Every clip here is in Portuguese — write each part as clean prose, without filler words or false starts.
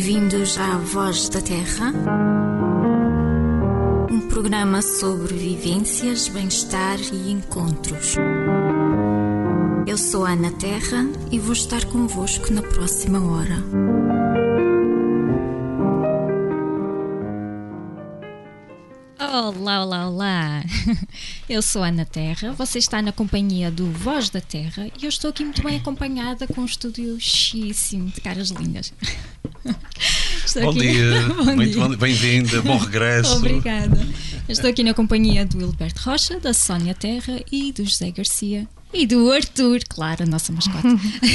Bem-vindos à Voz da Terra, um programa sobre vivências, bem-estar e encontros. Eu sou a Ana Terra e vou estar convosco na próxima hora. Olá, olá, olá! Eu sou a Ana Terra, você está na companhia do Voz da Terra e eu estou aqui muito bem acompanhada com um estúdio chiíssimo de caras lindas. Bom dia, muito bem-vinda, bom regresso. Obrigada. Eu estou aqui na companhia do Hilberto Rocha, da Sónia Terra e do José Garcia e do Arthur, claro, a nossa mascote.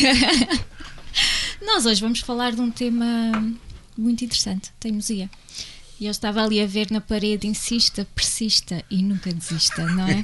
Nós hoje vamos falar de um tema muito interessante, teimosia. E eu estava ali a ver na parede, insista, persista e nunca desista, não é?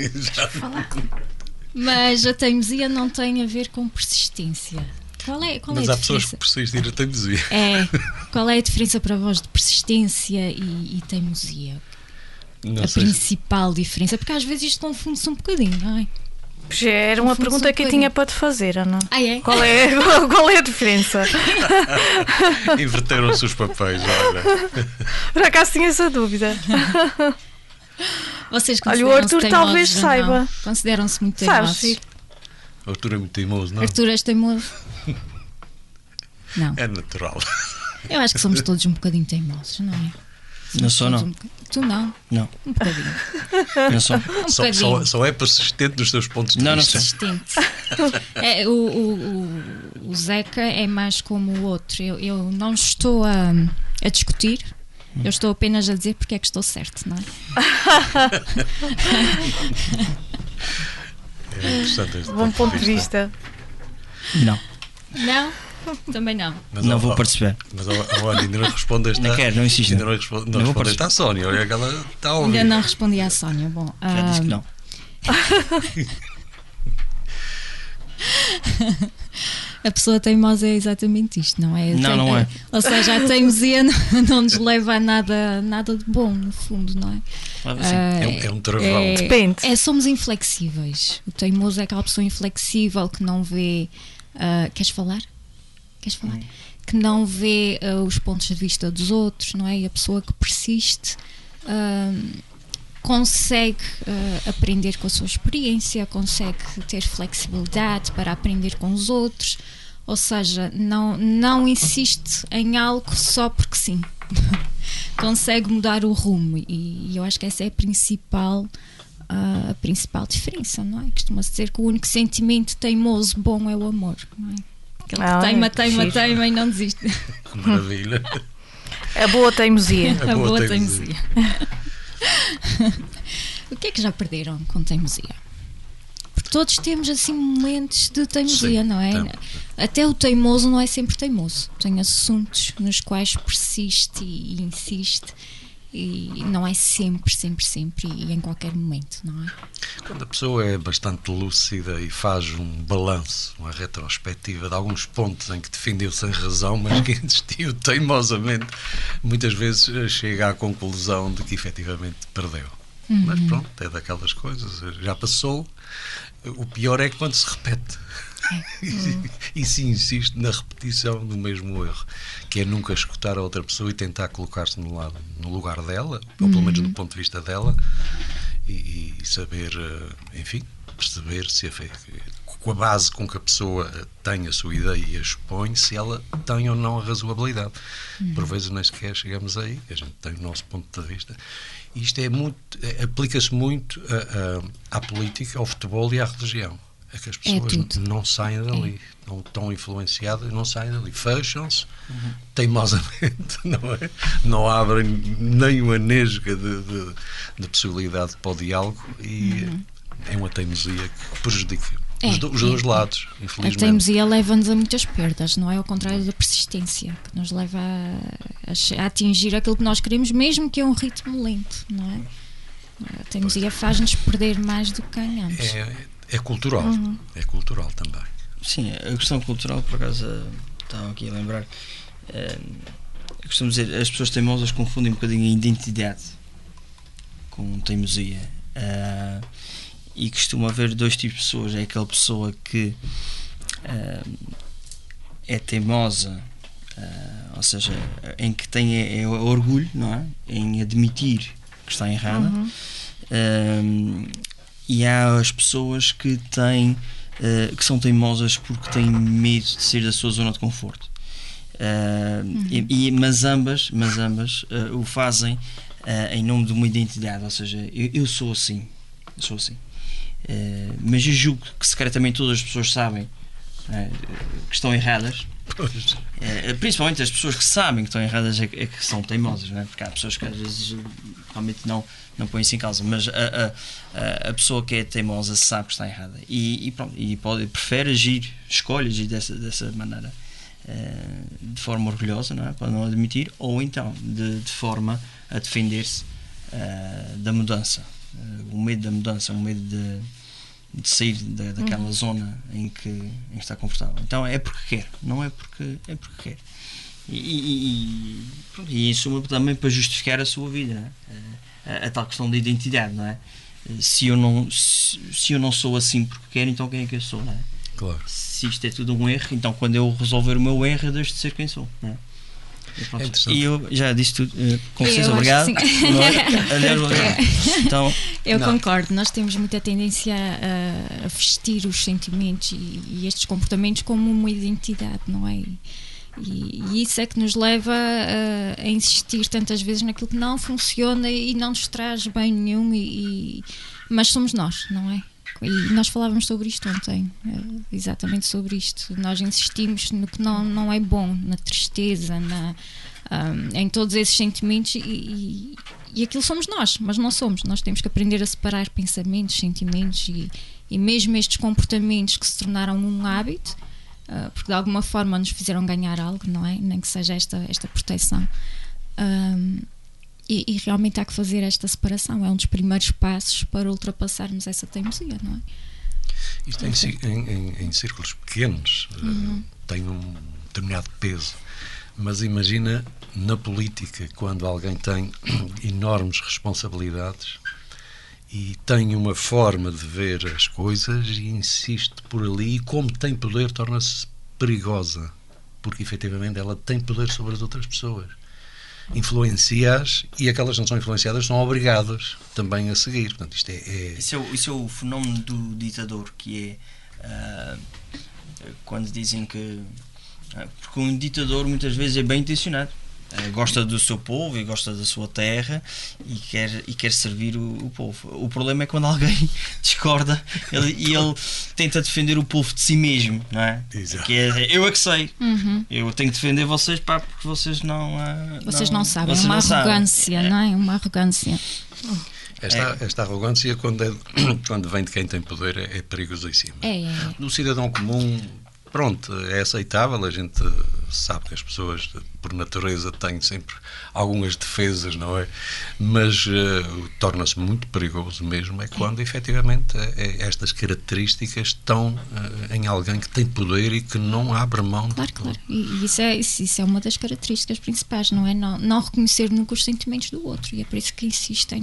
Mas a teimosia não tem a ver com persistência. Qual é a diferença? Mas há pessoas que persistem a teimosia. Qual é a diferença para vós de persistência e teimosia? A principal diferença, porque às vezes isto confunde-se um bocadinho, não é? Já era uma pergunta que eu tinha para te fazer, Ana. É? Qual é a diferença? Inverteram-se os papéis, olha. Por acaso tinha essa dúvida. Vocês olha, o Arthur talvez saiba. Consideram-se muito teimosos? Sabes? O Arthur é muito teimoso, não? Arthur, és teimoso? Não. É natural. Eu acho que somos todos um bocadinho teimosos, não é? Não sou, não. Tu não? Não. Um bocadinho. Não sou. Só é persistente nos teus pontos de vista. Não sou. Persistente. O Zeca é mais como o outro. Eu não estou a discutir, eu estou apenas a dizer porque é que estou certo, não é? É interessante este bom ponto de vista. Não. Não? Também não. Mas, não vou participar. Mas olha, ainda não respondeste. Não quero, não insisto. Ainda não respondeste à Sónia. Olha que ela está a ouvir. Ainda não respondi à Sónia. Bom, já disse que não. A pessoa teimosa é exatamente isto, não é? Não é. Ou seja, a teimosia não nos leva a nada de bom, no fundo, não é? É um travão. Depende. Somos inflexíveis. O teimoso é aquela pessoa inflexível que não vê. Queres falar? Que não vê os pontos de vista dos outros, não é? E a pessoa que persiste consegue aprender com a sua experiência, consegue ter flexibilidade para aprender com os outros, ou seja, não insiste em algo só porque sim. Consegue mudar o rumo e eu acho que essa é a principal diferença, não é? Costuma-se dizer que o único sentimento teimoso bom é o amor, não é? Aquele que teima e não desiste. Maravilha. A boa teimosia. A boa teimosia. O que é que já perderam com teimosia? Porque todos temos assim momentos de teimosia, sim, não é? Então. Até o teimoso não é sempre teimoso. Tem assuntos nos quais persiste e insiste. E não é sempre e em qualquer momento, não é? Quando a pessoa é bastante lúcida e faz um balanço, uma retrospectiva de alguns pontos em que defendeu sem razão, mas que insistiu teimosamente, muitas vezes chega à conclusão de que efetivamente perdeu. Mas pronto, é daquelas coisas, já passou. O pior é que quando se repete. E se insiste na repetição do mesmo erro, que é nunca escutar a outra pessoa e tentar colocar-se no lugar dela, ou pelo menos do ponto de vista dela, e saber, enfim, perceber se com a base com que a pessoa tem a sua ideia e a expõe, se ela tem ou não a razoabilidade. Por vezes nem sequer chegamos aí, a gente tem o nosso ponto de vista. E isto aplica-se muito à política, ao futebol e à religião. É que as pessoas não saem dali, não estão influenciadas, não saem dali, fecham-se teimosamente, não é? Não abrem nem uma nesga de possibilidade para o diálogo e é uma teimosia que prejudica os dois lados, infelizmente. A teimosia leva-nos a muitas perdas, não é? Ao contrário da persistência, que nos leva a atingir aquilo que nós queremos, mesmo que é um ritmo lento, não é? A teimosia faz-nos perder mais do que ganhamos. É cultural, é cultural também. Sim, a questão cultural, por acaso, estava aqui a lembrar, eu costumo dizer, as pessoas teimosas confundem um bocadinho a identidade com teimosia, e costuma haver dois tipos de pessoas. É aquela pessoa que é teimosa ou seja, em que tem orgulho, não é? Em admitir que está errada. E há as pessoas que que são teimosas porque têm medo de sair da sua zona de conforto. Mas ambas o fazem em nome de uma identidade, ou seja, eu sou assim, mas eu julgo que secretamente todas as pessoas sabem que estão erradas. Principalmente as pessoas que sabem que estão erradas é que são teimosas, não é? Porque há pessoas que às vezes realmente não põem isso em causa, mas a pessoa que é teimosa sabe que está errada e prefere escolhe agir dessa maneira, de forma orgulhosa, não é? Para não admitir, ou então de forma a defender-se da mudança, o medo da mudança, o medo de sair daquela zona em que está confortável. Então é porque quer, não é porque quer. E em suma também para justificar a sua vida, não é? A tal questão da identidade, não é? Se eu não sou assim porque quero, então quem é que eu sou, não é? Claro. Se isto é tudo um erro, então quando eu resolver o meu erro, eu deixo de ser quem sou, não é? E eu já disse tudo, com licença, obrigado. Então, eu concordo, nós temos muita tendência a vestir os sentimentos e estes comportamentos como uma identidade, não é? E isso é que nos leva a insistir tantas vezes naquilo que não funciona e não nos traz bem nenhum, mas somos nós, não é? E nós falávamos sobre isto ontem, exatamente sobre isto. Nós insistimos no que não é bom, na tristeza, em todos esses sentimentos, e aquilo somos nós, mas não somos. Nós temos que aprender a separar pensamentos, sentimentos e mesmo estes comportamentos que se tornaram um hábito, porque de alguma forma nos fizeram ganhar algo, não é? Nem que seja esta proteção. E realmente há que fazer esta separação. É um dos primeiros passos para ultrapassarmos essa teimosia, não é? Isto em círculos pequenos tem um determinado peso, mas imagina na política, quando alguém tem enormes responsabilidades e tem uma forma de ver as coisas e insiste por ali, e como tem poder torna-se perigosa, porque efetivamente ela tem poder sobre as outras pessoas, influencia-as, e aquelas que não são influenciadas são obrigadas também a seguir. Portanto, isto Isso é o fenómeno do ditador, que é quando dizem que porque um ditador muitas vezes é bem intencionado, gosta do seu povo e gosta da sua terra e quer servir o povo. O problema é quando alguém discorda e ele tenta defender o povo de si mesmo, não é? Exato. Que é, eu é que sei, eu tenho que defender vocês, porque vocês não sabem, vocês é uma não arrogância, sabem. Não é? Uma arrogância. Esta arrogância, quando vem de quem tem poder, é perigosíssima. No cidadão comum, pronto, é aceitável, a gente sabe que as pessoas por natureza têm sempre algumas defesas, não é? Mas torna-se muito perigoso mesmo é quando efetivamente estas características estão em alguém que tem poder e que não abre mão. Claro. E isso é uma das características principais, não é? Não reconhecer nunca os sentimentos do outro, e é por isso que insistem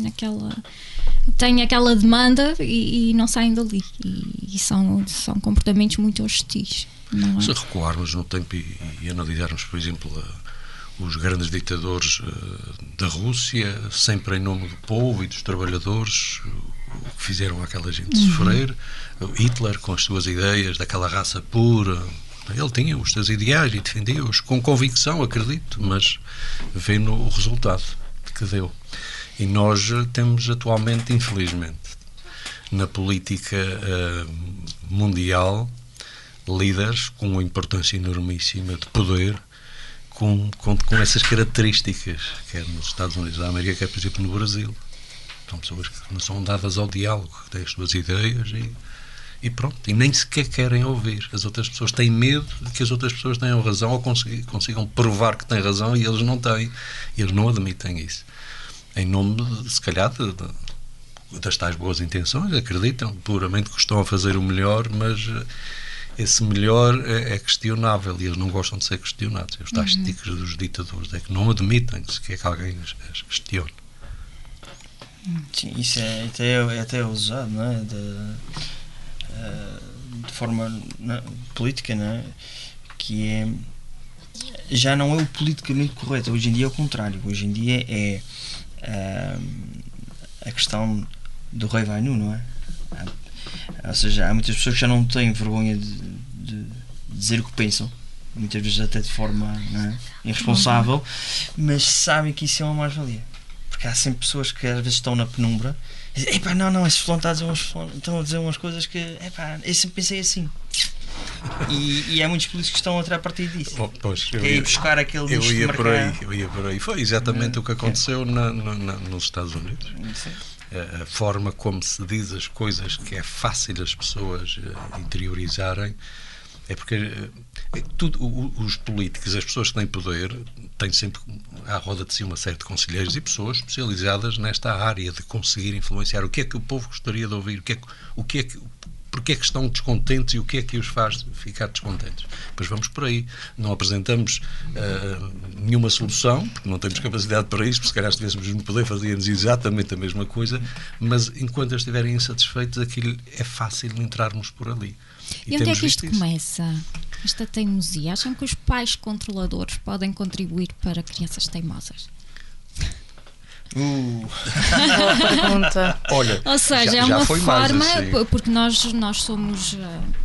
têm aquela demanda e não saem dali, e são comportamentos muito hostis. Se recuarmos no tempo e analisarmos, por exemplo, os grandes ditadores da Rússia, sempre em nome do povo e dos trabalhadores, o que fizeram aquela gente sofrer, Hitler com as suas ideias daquela raça pura, ele tinha os seus ideais e defendia-os com convicção, acredito, mas vê no resultado que deu. E nós temos atualmente, infelizmente, na política mundial, líderes com uma importância enormíssima de poder, com essas características, quer nos Estados Unidos da América, quer, por exemplo, no Brasil. São pessoas que não são dadas ao diálogo, que têm as suas ideias e pronto, e nem sequer querem ouvir. As outras pessoas têm medo de que as outras pessoas tenham razão ou consigam provar que têm razão, e eles não têm, e eles não admitem isso. Em nome, se calhar, das tais boas intenções, acreditam puramente que estão a fazer o melhor, mas esse melhor é questionável e eles não gostam de ser questionados. Os tais tiques dos ditadores é que não admitem sequer que alguém as questione. Sim, isso é até usado, não é? De forma política, não é? Que é já não é o politicamente correto. Hoje em dia é o contrário. Hoje em dia é a questão do rei vai nu, não é? Ou seja, há muitas pessoas que já não têm vergonha de dizer o que pensam, muitas vezes até de forma, não é, irresponsável, mas sabem que isso é uma mais-valia. Porque há sempre pessoas que às vezes estão na penumbra e dizem, epá, não, esses fulano estão a dizer umas coisas que, epá, eu sempre pensei assim. E há muitos políticos que estão a tirar partido disso. Pois, que é ir buscar aquele eu nicho ia de por mercado. aí, eu ia por aí. Foi exatamente o que aconteceu nos Estados Unidos. Sim. A forma como se diz as coisas que é fácil as pessoas interiorizarem é porque os políticos, as pessoas que têm poder, têm sempre à roda de si uma série de conselheiros e pessoas especializadas nesta área de conseguir influenciar o que é que o povo gostaria de ouvir, porque é que estão descontentes e o que é que os faz ficar descontentes. Pois vamos por aí. Não apresentamos nenhuma solução, porque não temos capacidade para isso, porque se calhar se tivéssemos no poder fazíamos exatamente a mesma coisa, mas enquanto eles estiverem insatisfeitos, aquilo é fácil entrarmos por ali. E onde é que isto começa? Esta teimosia? Acham que os pais controladores podem contribuir para crianças teimosas? Boa pergunta. Olha, ou seja, já é uma forma, assim. porque nós somos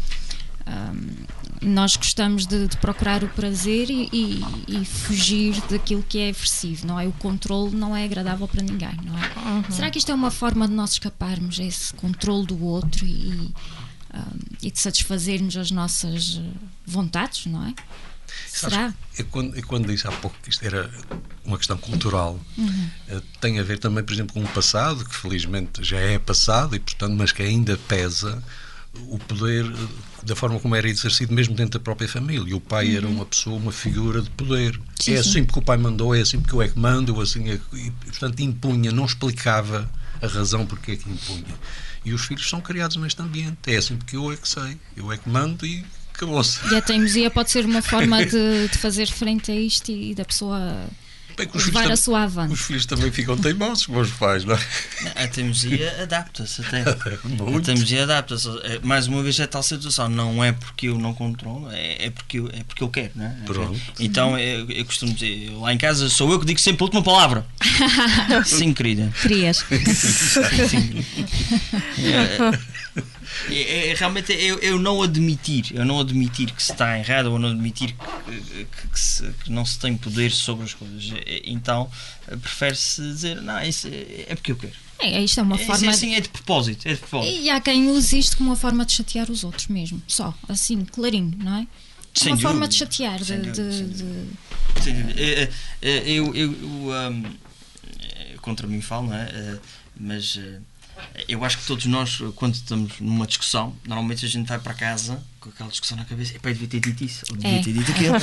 nós gostamos de procurar o prazer e fugir daquilo que é aversivo, não é? O controle não é agradável para ninguém, não é? Será que isto é uma forma de nós escaparmos a esse controle do outro e de satisfazermos as nossas vontades, não é? Será? Quando disse há pouco que isto era uma questão cultural, tem a ver também, por exemplo, com um passado que felizmente já é passado e, portanto, mas que ainda pesa o poder da forma como era exercido mesmo dentro da própria família. O pai era uma pessoa, uma figura de poder. Sim, é sim. assim porque o pai mandou, é assim porque eu é que mando, assim é, e, portanto, impunha, não explicava a razão porque é que impunha. E os filhos são criados neste ambiente. É assim porque eu é que sei, eu é que mando e acabou-se. E a teimosia pode ser uma forma de fazer frente a isto e da pessoa levar a sua avante. Os filhos também ficam teimosos com os pais, não é? A teimosia adapta-se até. Muito. A teimosia adapta-se. Mais uma vez é tal situação. Não é porque eu não controlo, é porque eu quero, não é? Pronto. Então eu costumo dizer, lá em casa sou eu que digo sempre a última palavra. Sim, querida. Querias. Sim. Realmente eu não admitir que se está errado ou não admitir que não se tem poder sobre as coisas. Então prefere-se dizer, não, isso é porque eu quero. Isto é uma forma assim, é de propósito. E há quem use isto como uma forma de chatear os outros mesmo. Só, assim, clarinho, não é? Sem uma dúvida. forma de chatear. Contra mim falo, não é? Mas eu acho que todos nós, quando estamos numa discussão, normalmente a gente vai para casa com aquela discussão na cabeça, epá, eu devia ter dito isso, ou devia ter dito aquilo.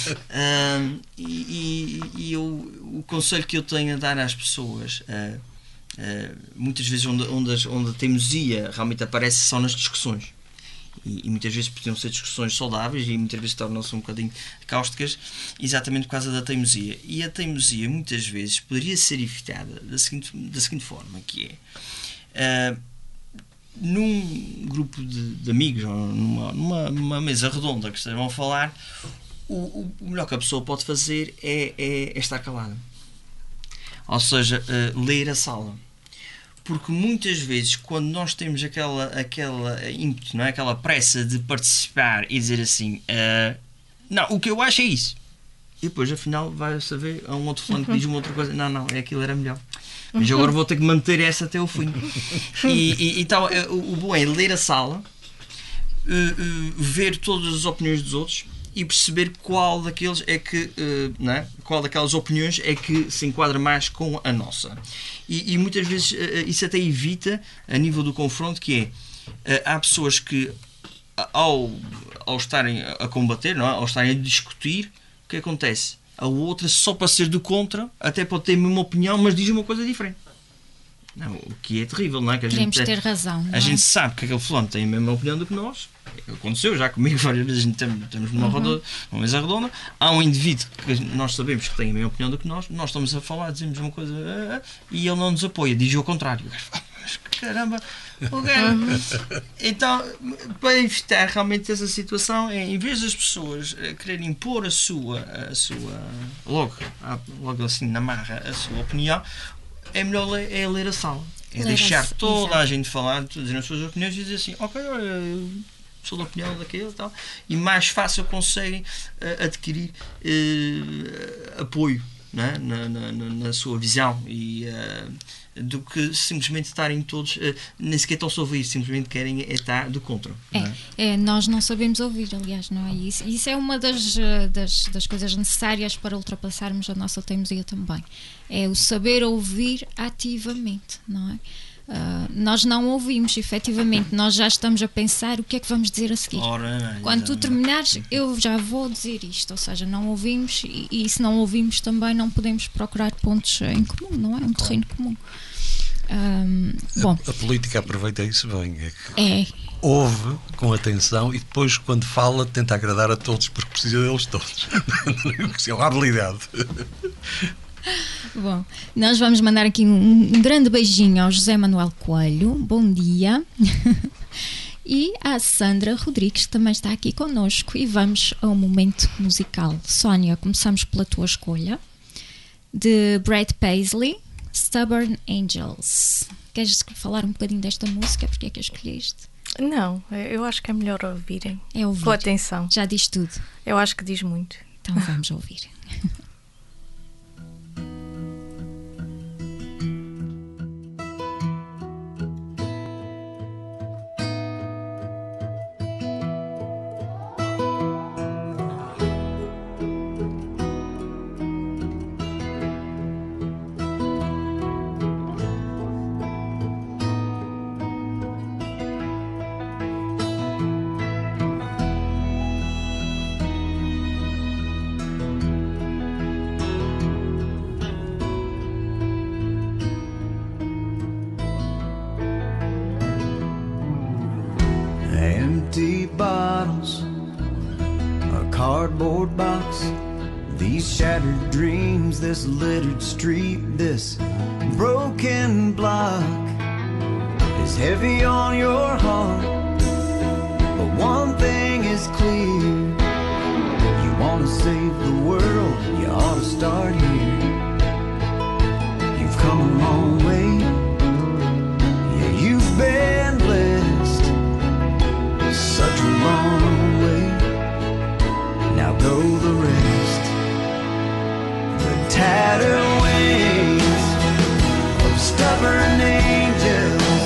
O conselho que eu tenho a dar às pessoas, muitas vezes onde a teimosia realmente aparece são nas discussões. E muitas vezes podiam ser discussões saudáveis e muitas vezes tornam-se um bocadinho cáusticas, exatamente por causa da teimosia. E a teimosia muitas vezes poderia ser evitada da seguinte forma, que é num grupo de amigos ou numa mesa redonda que estejam a falar, o melhor que a pessoa pode fazer é estar calada, ou seja, ler a sala. Porque muitas vezes, quando nós temos aquela ímpeto, não é? Aquela pressa de participar e dizer assim, não, o que eu acho é isso, e depois afinal vai saber a um outro fulano que diz uma outra coisa, não, aquilo era melhor, mas agora vou ter que manter essa até o fim. Então o bom é ler a sala, ver todas as opiniões dos outros e perceber qual daqueles é que, não é? Qual daquelas opiniões é que se enquadra mais com a nossa. E muitas vezes isso até evita, a nível do confronto, que há pessoas que ao estarem a combater, não é? Ao estarem a discutir, o que acontece? A outra, só para ser do contra, até pode ter a mesma opinião, mas diz uma coisa diferente. Não, o que é terrível, não é? Que queremos ter razão. A gente sabe que aquele fulano tem a mesma opinião do que nós. Aconteceu já comigo várias vezes. A gente estamos numa mesa redonda, há um indivíduo que nós sabemos que tem a mesma opinião do que nós estamos a falar, dizemos uma coisa e ele não nos apoia, diz o contrário. mas caramba, então, para evitar realmente essa situação, em vez das pessoas quererem impor a sua logo assim na marra, a sua opinião, é melhor ler a sala. É deixar toda a gente falar, dizer as suas opiniões e dizer assim, ok, eu sou da opinião daquele e tal, e mais fácil conseguem adquirir apoio, não é? na sua visão e do que simplesmente estarem todos nem sequer estão a ouvir, simplesmente querem estar do contra. Nós não sabemos ouvir, aliás, não é isso? Isso é uma das coisas necessárias para ultrapassarmos a nossa teimosia também. É o saber ouvir ativamente, não é? Nós não ouvimos, efetivamente, nós já estamos a pensar o que é que vamos dizer a seguir. Quando tu terminares, eu já vou dizer isto, ou seja, não ouvimos e se não ouvimos também não podemos procurar pontos em comum, não é? Um terreno comum. Bom, a política aproveita isso bem, ouve com atenção e depois quando fala tenta agradar a todos porque precisa deles todos. É uma habilidade. Bom, nós vamos mandar aqui um grande beijinho ao José Manuel Coelho, bom dia, e à Sandra Rodrigues, que também está aqui connosco, e vamos ao momento musical. Sónia, começamos pela tua escolha, de Brad Paisley, Stubborn Angels. Queres falar um bocadinho desta música? Porque é que a escolheste? Não, eu acho que é melhor ouvirem. É ouvir. Com atenção. Já diz tudo. Eu acho que diz muito. Então vamos ouvir. Empty bottles, a cardboard box, these shattered dreams, this littered street, this broken block is heavy on your heart. But one thing is clear, you want to save the world, you ought to start here. You've come a long way, yeah, you've been blessed, such a long way, now go the rest. The tattered wings of stubborn angels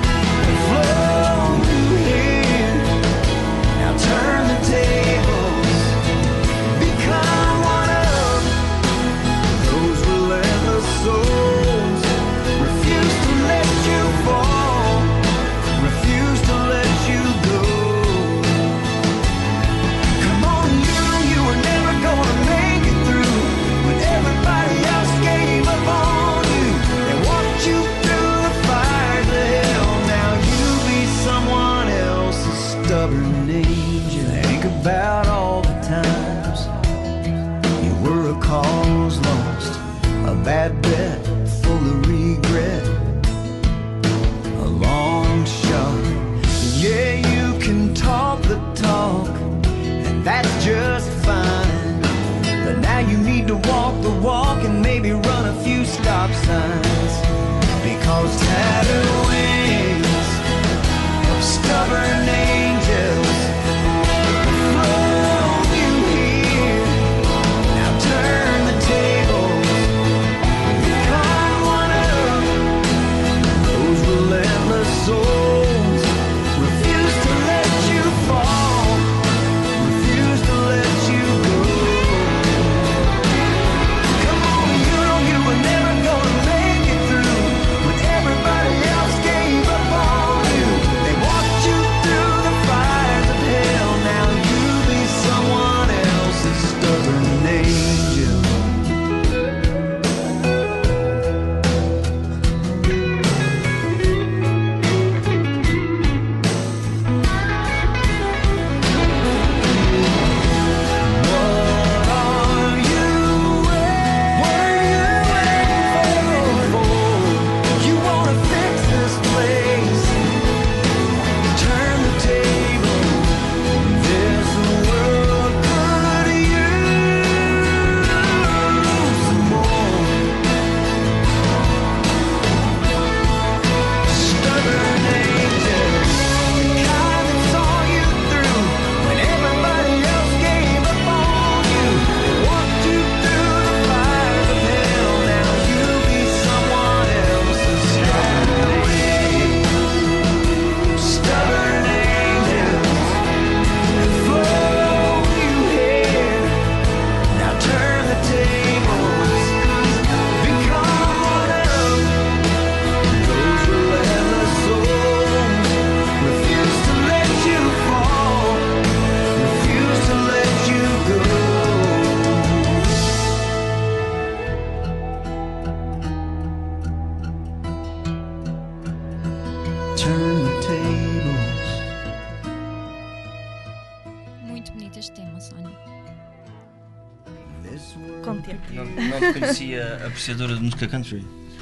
flow through here, now turn the tables, become one of those relentless souls, refuse to let you fall, refuse to let you go. Come on, you were never gonna make it through when everybody else gave up on you. They walked you through the fires of hell, now you be someone else's stubborn angel. Think about all the times you were a cause lost, a bad bet full of regret, a long shot. Yeah, you can talk the talk, and that's just fine, but now you need to walk the walk and maybe run a few stop signs, because tattered wings of stubborn angels flow you here, now turn the tables, become one of those relentless souls, refuse to let you fall, refuse to let you go. Come on, you know you were never gonna make muito bonito este tema, Sónia. Com tempo. Não te conhecia apreciadora de música country?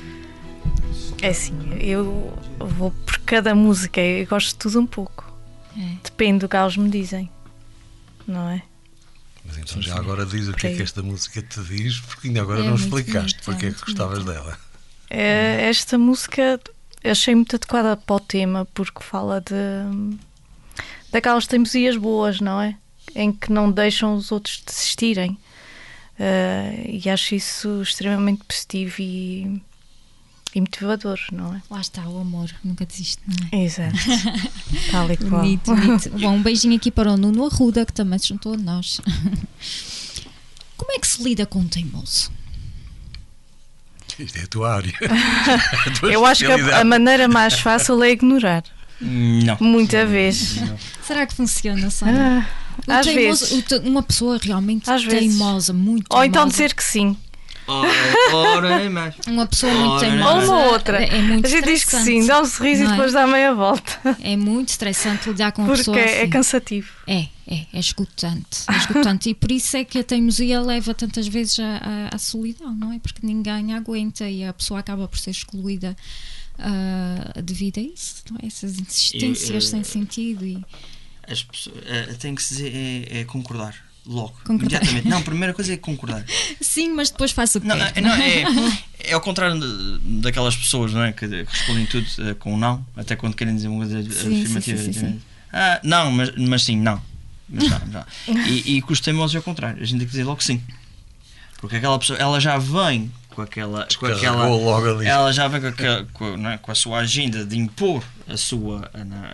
É assim, eu vou por cada música, eu gosto de tudo um pouco. É. Depende do que eles me dizem, não é? Mas então já agora diz o que é que esta música te diz, porque ainda agora É não muito explicaste bonita, porque é que muito gostavas bonita. dela. Esta música achei muito adequada para o tema, porque fala daquelas teimosias boas, não é? Em que não deixam os outros desistirem. E acho isso extremamente positivo e motivador, não é? Lá está o amor, nunca desiste, não é? Exato. Tal e qual. Bonito, bonito. Bom, um beijinho aqui para o Nuno Arruda, que também se juntou a nós. Como é que se lida com um teimoso? Isto é a tua área. A tua Eu acho que a especialidade. maneira mais fácil é ignorar. Não. Muita vez. Será que funciona, Sónia? Às vezes. Uma pessoa realmente Às vezes. teimosa, muito Ou então teimosa. dizer que sim. Ora, nem mais. Uma pessoa muito Ora, teimosa. Ou uma outra. É muito A gente diz que estressante, sim, dá um sorriso e não é? depois dá meia volta. É muito estressante lidar com uma Porque pessoa é assim. cansativo. É esgotante. É esgotante. E por isso é que a teimosia leva tantas vezes à solidão, não é? Porque ninguém aguenta e a pessoa acaba por ser excluída devido a isso, não é? Essas insistências sem sentido. E... As pessoas, tem que se dizer, é concordar. Logo, Concordar. imediatamente. Não, a primeira coisa é concordar. Sim, mas depois faço o que Não, quero. é ao contrário daquelas pessoas, não é, que respondem tudo com um não, até quando querem dizer uma coisa afirmativa. sim. Não, mas sim, não. Mas não. E com os teimosos é ao contrário, a gente tem que dizer logo sim. Porque aquela pessoa, ela já vem com aquela logo ali. ela já vem com a sua agenda de impor a sua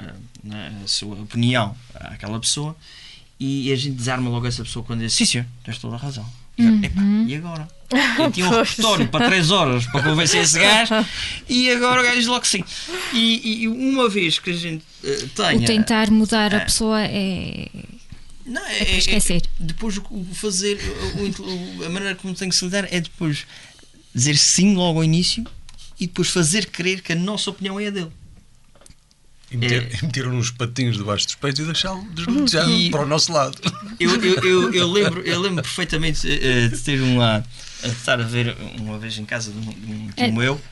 opinião àquela pessoa. E a gente desarma logo essa pessoa quando diz: sim, senhor, tens toda a razão. Epá, e agora? Eu tinha um Pois. repertório para 3 horas para convencer esse gajo e agora o gajo diz logo que sim. E uma vez que a gente tenha. O tentar mudar a pessoa é. Não, para esquecer. Depois o fazer, a maneira como tem que se lidar é depois dizer sim logo ao início e depois fazer crer que a nossa opinião é a dele. E meter uns patinhos debaixo dos pés e deixá-lo deslizar E- para o nosso lado. Eu lembro perfeitamente de ter de estar a ver uma vez em casa de um tio meu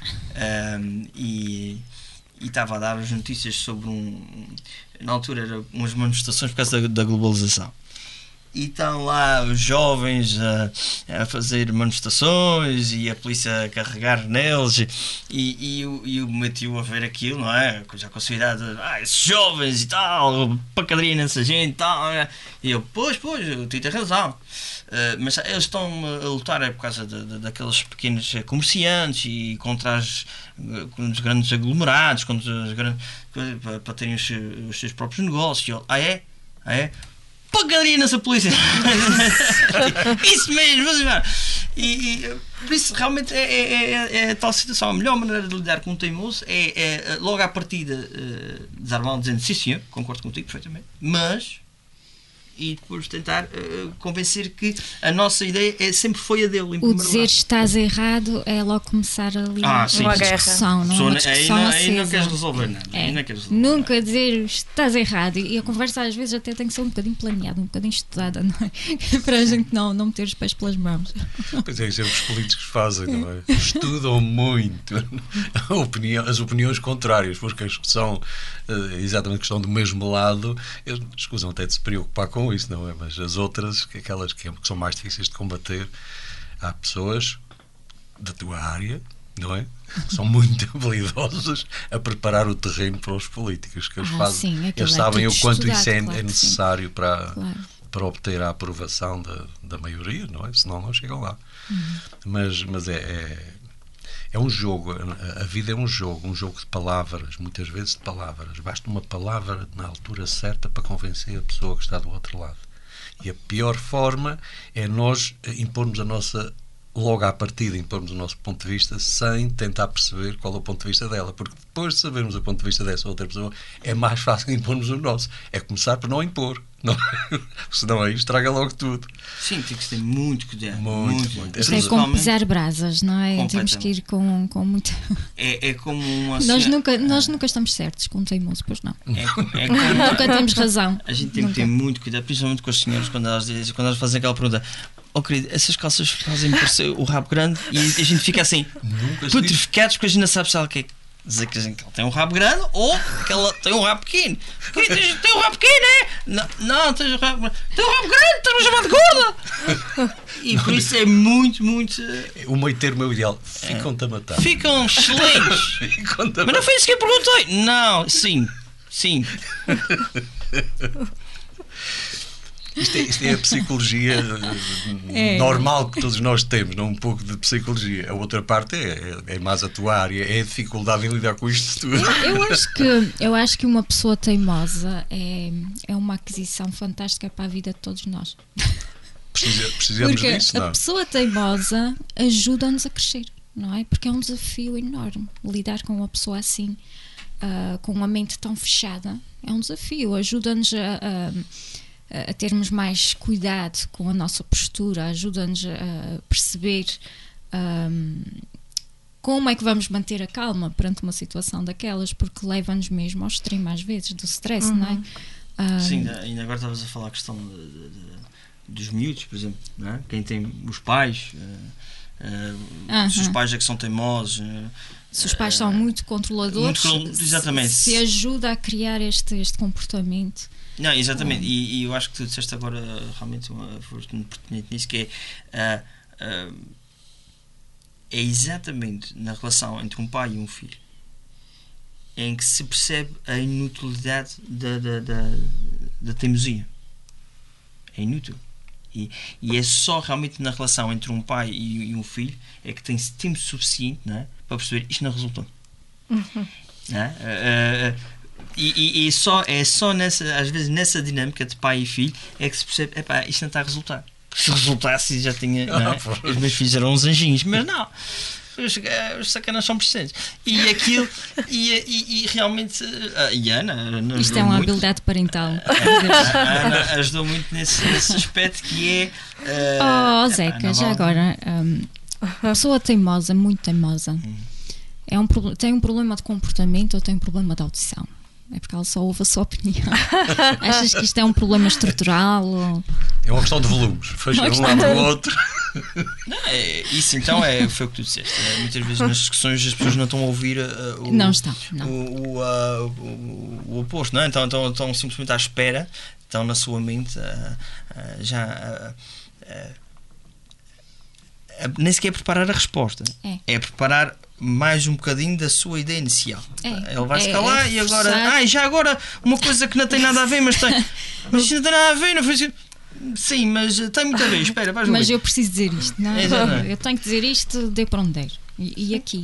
e estava a dar as notícias sobre na altura eram umas manifestações por causa da globalização. E estão lá os jovens a fazer manifestações e a polícia a carregar neles e o meu tio a ver aquilo, não é? Já com a sua idade, esses jovens e tal, pancadaria nessa gente e tal. E eu, pois, o tio tem razão. Mas eles estão a lutar por causa daqueles pequenos comerciantes e contra os grandes aglomerados, para terem os seus próprios negócios. E eu, é? Pancadaria nessa polícia. Isso mesmo, vamos ver. E por isso realmente é tal situação. A melhor maneira de lidar com um teimoso é logo à partida desarmá-lo dizendo sim senhor, concordo contigo perfeitamente, mas e depois tentar convencer que a nossa ideia sempre foi a dele em O primeiro dizer lugar. estás errado é logo começar ali Sim. uma Uma guerra. discussão, não é? Uma discussão Aí não acesa. queres resolver nada. É. Aí não queres resolver Nunca dizer estás errado, e a conversa às vezes até tem que ser um bocadinho planeada, um bocadinho estudada, não é? Para a gente não meter os pés pelas mãos. Pois é, isso é o que os políticos fazem, não é? Estudam muito as opiniões contrárias, porque as que são exatamente que estão do mesmo lado, eles escusam até de se preocupar com isso, não é? Mas as outras, aquelas que são mais difíceis de combater, há pessoas da tua área, não é? Que são muito habilidosas a preparar o terreno para os políticos que eles fazem. Sim, aquilo Eles é sabem tudo o quanto estudado, isso é claro que sim. necessário para obter a aprovação da maioria, não é? Senão não chegam lá. Mas é um jogo, a vida é um jogo de palavras, muitas vezes de palavras. Basta uma palavra na altura certa para convencer a pessoa que está do outro lado. E a pior forma é nós impormos a nossa logo à partida impormos o nosso ponto de vista sem tentar perceber qual é o ponto de vista dela, porque depois de sabermos o ponto de vista dessa outra pessoa é mais fácil impormos o nosso. É começar por não impor, não, senão aí estraga logo tudo. Sim, tem que ter muito cuidado. Muito. Isto é como pisar brasas, não é? Temos que ir com muita. É como uma Nós nunca estamos certos com um teimoso, pois não. É como Nunca temos razão. A gente tem que ter muito cuidado, principalmente com as senhoras, quando elas fazem aquela pergunta: oh querido, essas calças fazem parecer o rabo grande, e a gente fica assim, putrificados, porque a gente não sabe se ela quer dizer que ela tem um rabo grande ou que ela tem um rabo pequeno. Tem um rabo pequeno, é? Não, tens um rabo grande. Tem um rabo grande, estás-me a chamar de gorda. E por isso é muito. O meio termo é o ideal. Ficam-te a matar. Ficam excelentes. Ficam-te a Mas não foi isso que eu perguntei. Não, sim. Isto é a psicologia normal que todos nós temos, não um pouco de psicologia. A outra parte é mais a tua área, é a dificuldade em lidar com isto tudo. Eu acho que uma pessoa teimosa é uma aquisição fantástica para a vida de todos nós. Precisamos porque disso, não? A pessoa teimosa ajuda-nos a crescer, não é? Porque é um desafio enorme lidar com uma pessoa assim, com uma mente tão fechada. É um desafio, ajuda-nos a termos mais cuidado com a nossa postura, ajuda-nos a perceber como é que vamos manter a calma perante uma situação daquelas, porque leva-nos mesmo ao extremo às vezes do stress, não é? Sim, ainda agora estavas a falar a questão dos miúdos, por exemplo, não é? Quem tem os pais, se os pais é que são teimosos, se os pais são muito controladores, exatamente. se ajuda a criar este comportamento. Não, exatamente, e eu acho que tu disseste agora realmente foste muito pertinente nisso, que é exatamente na relação entre um pai e um filho em que se percebe a inutilidade da teimosia. É inútil. E é só realmente na relação entre um pai e um filho é que tem-se tempo suficiente, não é, para perceber isto não resultou. Não é? E é só às vezes nessa dinâmica de pai e filho é que se percebe, isto não está a resultar. Se resultasse já tinha, não é? Os meus filhos eram uns anjinhos, mas não, os sacanas são persistentes. E aquilo, e realmente a Ana isto é uma habilidade parental. A Ana ajudou muito nesse aspecto, que é Zeca, já agora a pessoa teimosa, muito teimosa, tem um problema de comportamento ou tem um problema de audição? É porque ela só ouve a sua opinião. Achas que isto é um problema estrutural? Ou... É uma questão de volumes. Fecha um lado do outro. Não, isso então foi o que tu disseste. Muitas vezes nas discussões as pessoas não estão a ouvir o oposto, não é? Então estão simplesmente à espera, estão na sua mente nem sequer preparar a resposta. É preparar mais um bocadinho da sua ideia inicial. Ele vai se calar e agora já agora uma coisa que não tem nada a ver, mas isto não tem nada a ver, não foi assim. Sim, mas tem muito a ver, espera, vais mas eu preciso dizer isto, não é? Eu tenho que dizer isto, dê para onde der. E aqui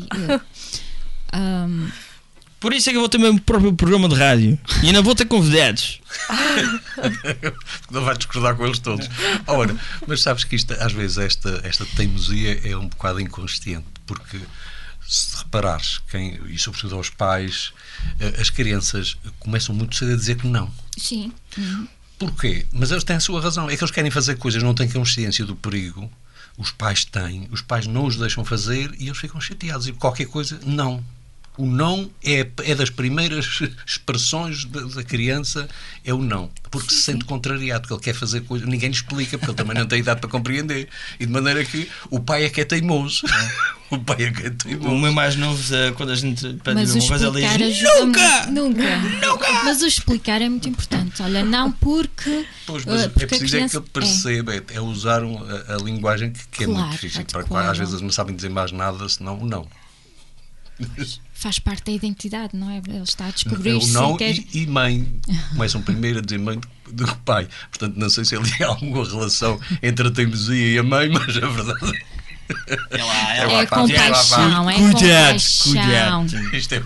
por isso é que eu vou ter o meu próprio programa de rádio e ainda vou ter convidados. Não vais discordar com eles todos. Ora, mas sabes que isto, às vezes esta teimosia é um bocado inconsciente, porque se reparares, e sobretudo aos pais, as crianças começam muito cedo a dizer que não. Sim. Porquê? Mas eles têm a sua razão. É que eles querem fazer coisas, não têm consciência do perigo. Os pais têm, os pais não os deixam fazer e eles ficam chateados. E qualquer coisa, não. O não é das primeiras expressões da criança, é o não. Porque se sente contrariado, porque ele quer fazer coisas, ninguém lhe explica, porque ele também não tem idade para compreender. E de maneira que o pai é que é teimoso. O pai é que é teimoso. O meu mais novo, quando a gente pede uma coisa, ele diz nunca! Mas o explicar é muito importante. Olha, não porque... Pois, mas é preciso que ele perceba, é usar a linguagem que é muito difícil. Para às vezes eles não sabem dizer mais nada, senão o não. Faz parte da identidade, não é? Ele está a descobrir o não e mãe. Começam primeiro a dizer mãe do que pai. Portanto, não sei se ele há alguma relação entre a teimosia e a mãe, mas a verdade é compaixão. Cuidado. Isto é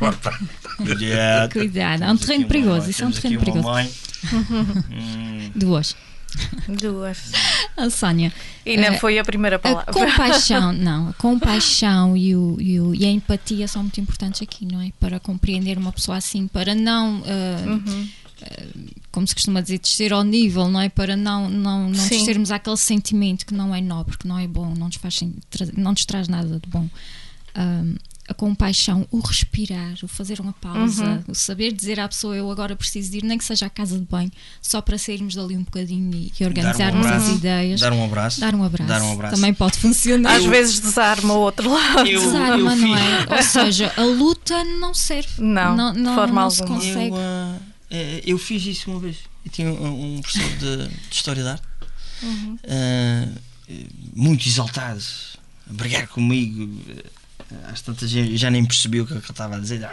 cuidado. É um terreno perigoso. Isso é um terreno perigoso. Duas. 2. A Sónia. E não foi a primeira A palavra. compaixão, não, a compaixão e a empatia são muito importantes aqui, não é? Para compreender uma pessoa assim, para não, como se costuma dizer, descer ao nível, não é? Para não Sim. descermos àquele sentimento que não é nobre, que não é bom, não nos traz nada de bom. A compaixão, o respirar, o fazer uma pausa, o saber dizer à pessoa: eu agora preciso de ir, nem que seja à casa de banho, só para sairmos dali um bocadinho e organizarmos as ideias. Dar um abraço. Dar um abraço. Também pode funcionar. Às vezes desarma o outro lado. Desarma, não é? Ou seja, a luta não serve. Não, de forma não se alguma. consegue. Eu fiz isso uma vez. Eu tinha um professor de História da Arte, muito exaltado, a brigar comigo. Às tantas já nem percebi o que ele estava a dizer.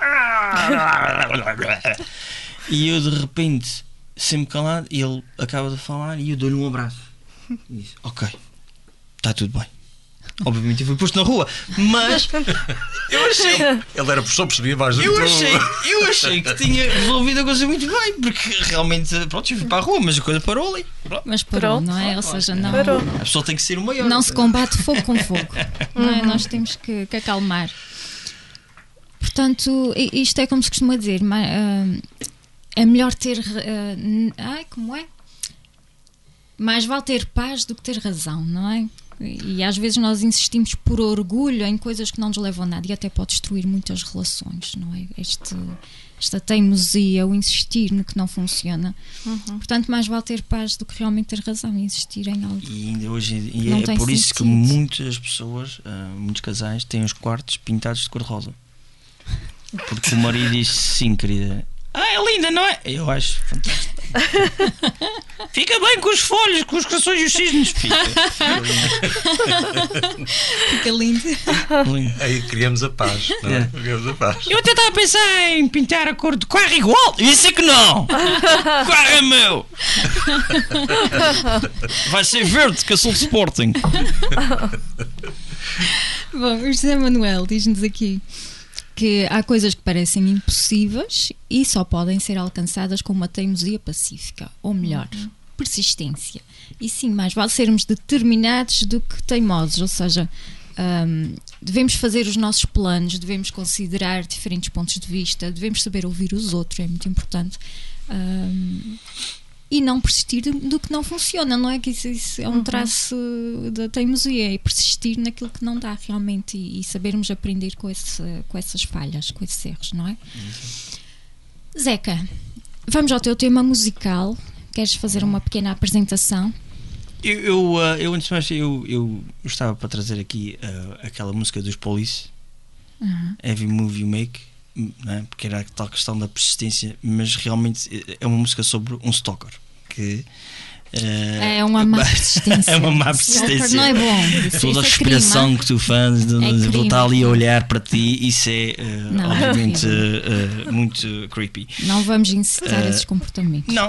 E eu de repente, sempre calado, ele acaba de falar e eu dou-lhe um abraço. E disse: ok, está tudo bem. Obviamente eu fui posto na rua, mas eu achei. Ele era professor, percebia mais do que Eu achei que tinha resolvido a coisa muito bem, porque realmente, pronto, eu fui para a rua, mas a coisa parou ali. Mas parou, Pronto. não é? Ou seja, não, A pessoa tem que ser o maior. não se combate fogo com fogo. Não é? Nós temos que acalmar. Portanto, isto é como se costuma dizer: é melhor ter. Como é? Mais vale ter paz do que ter razão, não é? E às vezes nós insistimos por orgulho em coisas que não nos levam a nada e até pode destruir muitas relações, não é? Esta teimosia, o insistir no que não funciona. Portanto, mais vale ter paz do que realmente ter razão e insistir em algo. E ainda hoje Não é tem por isso que sentido. muitas pessoas, muitos casais, têm os quartos pintados de cor-de-rosa. Porque o marido diz: sim, querida. É linda, não é? Eu acho fantástico. Fica bem com os folhos, com os corações e os cisnes. Fica Fica lindo. Aí criamos a paz, não é? Criamos a paz. Eu até estava a pensar em pintar a cor de carro igual. Isso é que não. O carro é meu. Vai ser verde, que eu sou de Sporting. Bom, o José Manuel diz-nos aqui que há coisas que parecem impossíveis e só podem ser alcançadas com uma teimosia pacífica, ou melhor, persistência. E sim, mais vale sermos determinados do que teimosos, ou seja, devemos fazer os nossos planos, devemos considerar diferentes pontos de vista, devemos saber ouvir os outros, é muito importante. E não persistir do que não funciona, não é? Que isso é um traço da teimosia, é persistir naquilo que não dá realmente e sabermos aprender com essas falhas, com esses erros, não é? Zeca, vamos ao teu tema musical. Queres fazer uma pequena apresentação? Eu antes de mais, eu estava para trazer aqui aquela música dos Police, Every Move You Make, não é? Porque era a tal questão da persistência, mas realmente é uma música sobre um stalker que é uma má persistência. É uma má persistência. Não é bom. Toda a respiração que tu fazes de voltar ali a olhar para ti, isso é obviamente muito creepy. Não vamos incitar esses comportamentos. Não,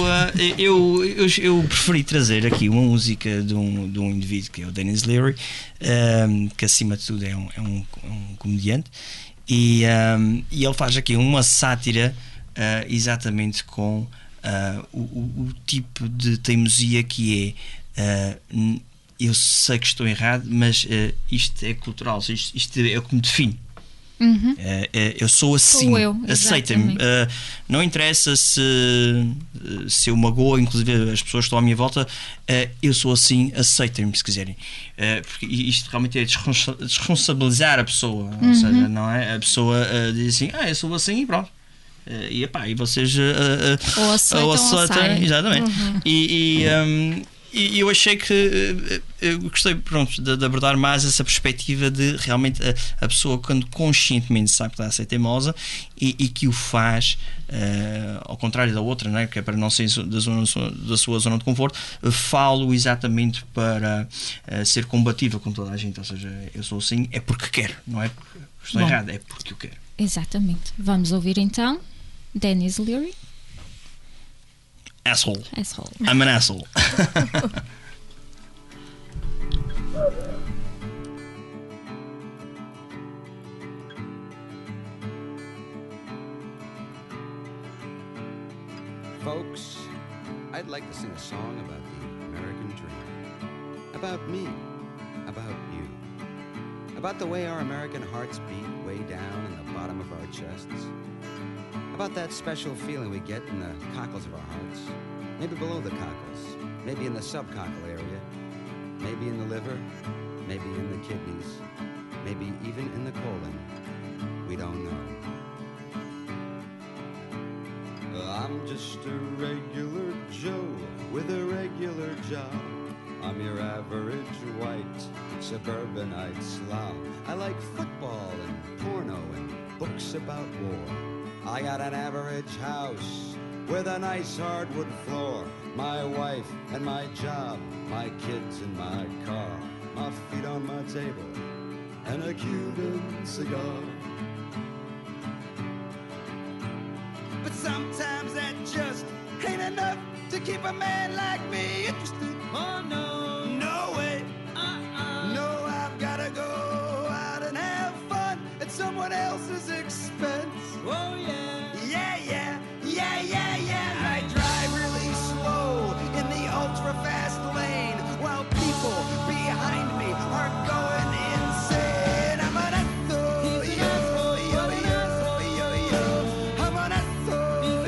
eu preferi trazer aqui uma música de um indivíduo que é o Denis Leary, que acima de tudo é um comediante. E ele faz aqui uma sátira exatamente com o tipo de teimosia que é eu sei que estou errado, mas isto é cultural, isto é o que me define. Eu sou assim, aceitem-me. Não interessa se eu magoo, inclusive as pessoas que estão à minha volta, eu sou assim, aceitem-me se quiserem. Porque isto realmente é desresponsabilizar a pessoa, ou seja, não é? A pessoa diz assim: eu sou assim e pronto. E vocês ou aceitam. Exatamente. E eu achei que eu gostei, pronto, de abordar mais essa perspectiva de realmente a pessoa, quando conscientemente sabe que está a ser teimosa e que o faz ao contrário da outra, não é? Que é para não sair da sua zona de conforto, falo exatamente para ser combativa com toda a gente. Ou seja, eu sou assim, é porque quero, não é porque estou errado, é porque eu quero. Exatamente. Vamos ouvir então Denis Leary. Asshole. I'm an asshole. Folks, I'd like to sing a song about the About me, about you, about the way our American hearts beat way down in the bottom of our chests, about that special feeling we get in the cockles of our hearts, maybe below the cockles, maybe in the subcockle area, maybe in the liver, maybe in the kidneys, maybe even in the colon. We don't know. I'm just a regular Joe with a regular job. I'm your average white suburbanite slob. I like football and porno and books about war. I got an average house with a nice hardwood floor. My wife and my job, my kids and my car, my feet on my table, and a Cuban cigar. But sometimes that just ain't enough to keep a man like me interested. Oh no, no way. No, I've gotta go out and have fun at someone else's expense. Oh yeah, yeah, yeah, yeah, yeah, yeah. I drive really slow in the ultra fast lane while people behind me are going insane. I'm an asshole, yo, yo, yo, yo, yo. I'm an asshole,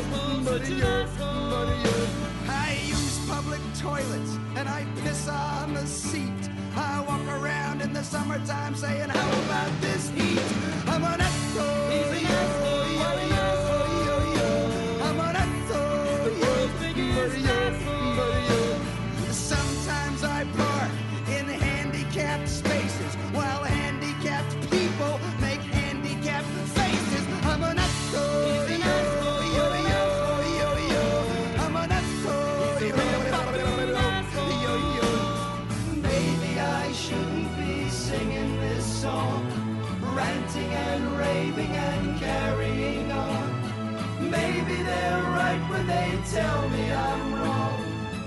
yo. I use public toilets and I piss on the seat. I walk around in the summertime saying, how about this heat? I'm an asshole, yo, yo, yo, yo, yo. I'm an asshole, yo, yo, yo. Sometimes I park in handicapped spaces while handicapped people make handicapped faces. I'm an asshole, yo, yo, yo, yo, yo. I'm an asshole, yo, yo, yo. Maybe I shouldn't be singing this song, ranting and raving and carrying on. Maybe they're right when they tell me I'm wrong.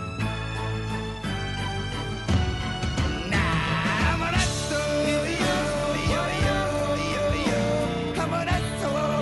Nah, I'm an asshole, yo, yo, yo, yo, yo. I'm an asshole.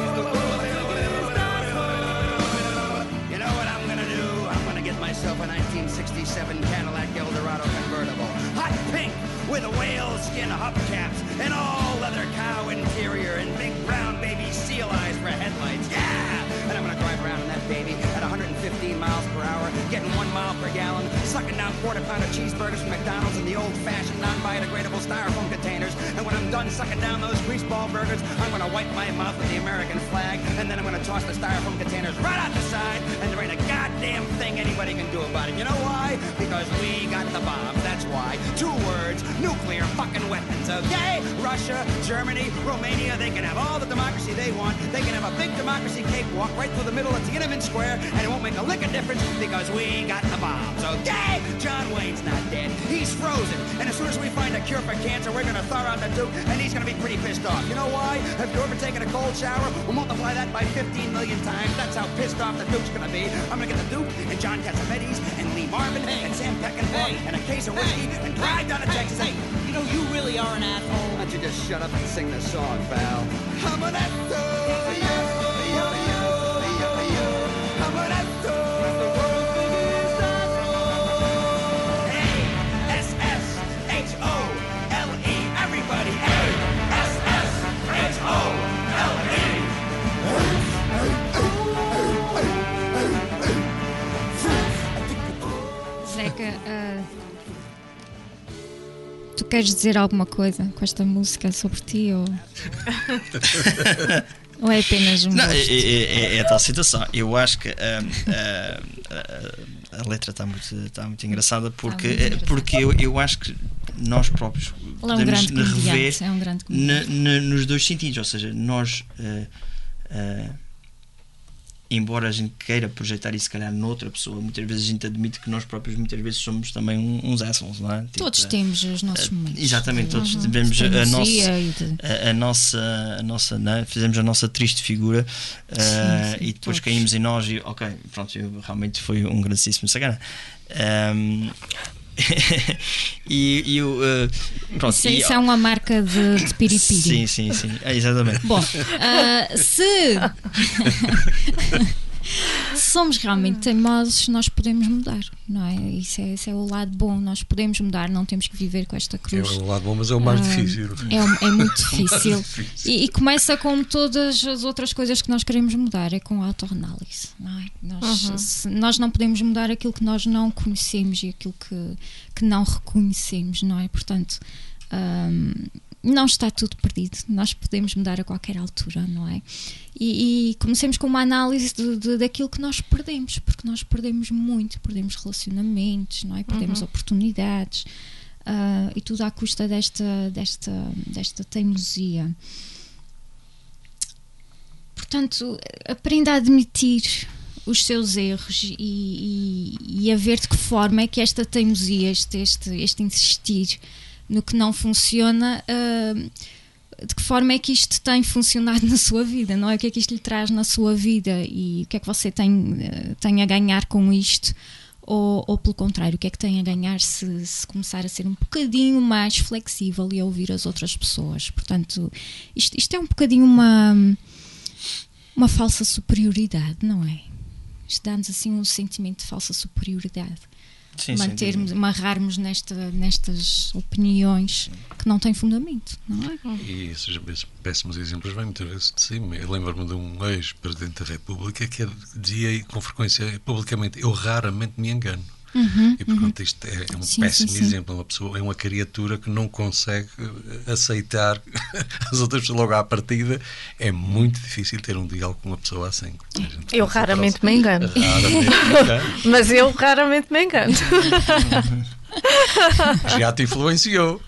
You know what I'm gonna do? I'm gonna get myself a 1967 Cadillac Eldorado convertible, hot pink with whale skin hubcaps, an all-leather cow interior, and big brown baby seal eyes for headlights. Yeah! And I'm gonna drive around in that baby at 115 miles per hour, getting 1 mile per gallon, sucking down quarter-pounder cheeseburgers from McDonald's in the old-fashioned, non-biodegradable styrofoam containers. And when I'm done sucking down those greaseball burgers, I'm gonna wipe my mouth with the American flag, and then I'm gonna toss the styrofoam containers right out the side, and there ain't a goddamn thing anybody can do about it. You know why? Because we got the bombs. That's why. 2 words: nuclear fucking weapons. Okay? Russia, Germany, Romania, they can have all the democracy they want. They can have a big democracy cakewalk right through the middle of Tiananmen Square, and it won't make a lick of difference because we got the bombs. Okay? John Wayne's not dead. He's frozen. And as soon as we find a cure for cancer, we're gonna thaw out the Duke, and he's gonna be pretty pissed off. You know why? Have you ever taken a cold shower? We'll multiply that by 15 million times. That's how pissed off the Duke's gonna be. I'm gonna get the Duke and John Cassavetes and Lee Marvin and Sam Peckinpah and a case of whiskey and drive down to Texas. Hey, you know, you really are an asshole. Why don't you just shut up and sing the song, pal? I'm an asshole, yo, yo, yo, yo, yo. I'm an asshole. The world's biggest asshole. A-S-S-H-O-L-E. Everybody, A-S-S-H-O-L-E. Zeca, tu queres dizer alguma coisa com esta música sobre ti ou é apenas um Não, gosto? é tal situação. Eu acho que a letra está muito engraçada porque eu acho que nós próprios podemos rever nos dois sentidos, ou seja, nós embora a gente queira projetar isso se calhar noutra pessoa, muitas vezes a gente admite que nós próprios muitas vezes somos também uns assholes, não é? Tipo, todos temos os nossos momentos. Exatamente, todos tivemos a nossa não é? Fizemos a nossa triste figura sim, e depois todos caímos em nós e ok, pronto, eu realmente foi um grandíssimo sacana. Pronto, isso é uma marca de piripiri. Sim, exatamente. Bom, se somos realmente teimosos, nós podemos mudar, não é? Isso é o lado bom, nós podemos mudar, não temos que viver com esta cruz. É o lado bom, mas é o mais difícil. É muito difícil. E começa como todas as outras coisas que nós queremos mudar, é com a autoanálise, não é? Nós não podemos mudar aquilo que nós não conhecemos e aquilo que não reconhecemos, não é? Portanto, não está tudo perdido, nós podemos mudar a qualquer altura, não é? E comecemos com uma análise daquilo que nós perdemos, porque nós perdemos muito, perdemos relacionamentos, não é? Perdemos oportunidades, e tudo à custa desta teimosia. Portanto, aprenda a admitir os seus erros e a ver de que forma é que esta teimosia, este insistir no que não funciona, de que forma é que isto tem funcionado na sua vida, não é? O que é que isto lhe traz na sua vida e o que é que você tem a ganhar com isto, ou pelo contrário, o que é que tem a ganhar se começar a ser um bocadinho mais flexível e a ouvir as outras pessoas. Portanto, isto é um bocadinho uma falsa superioridade, não é? Isto dá-nos assim um sentimento de falsa superioridade. Sim, amarrarmos nestas opiniões que não têm fundamento, não é? E esses péssimos exemplos vêm muitas vezes de cima. Eu lembro-me de um ex-presidente da República que dizia com frequência publicamente: eu raramente me engano. E portanto isto é um péssimo exemplo. Uma pessoa, é uma criatura que não consegue aceitar as outras pessoas logo à partida. É muito difícil ter um diálogo com uma pessoa assim. Eu raramente me engano. Mas eu raramente me engano. Já te influenciou.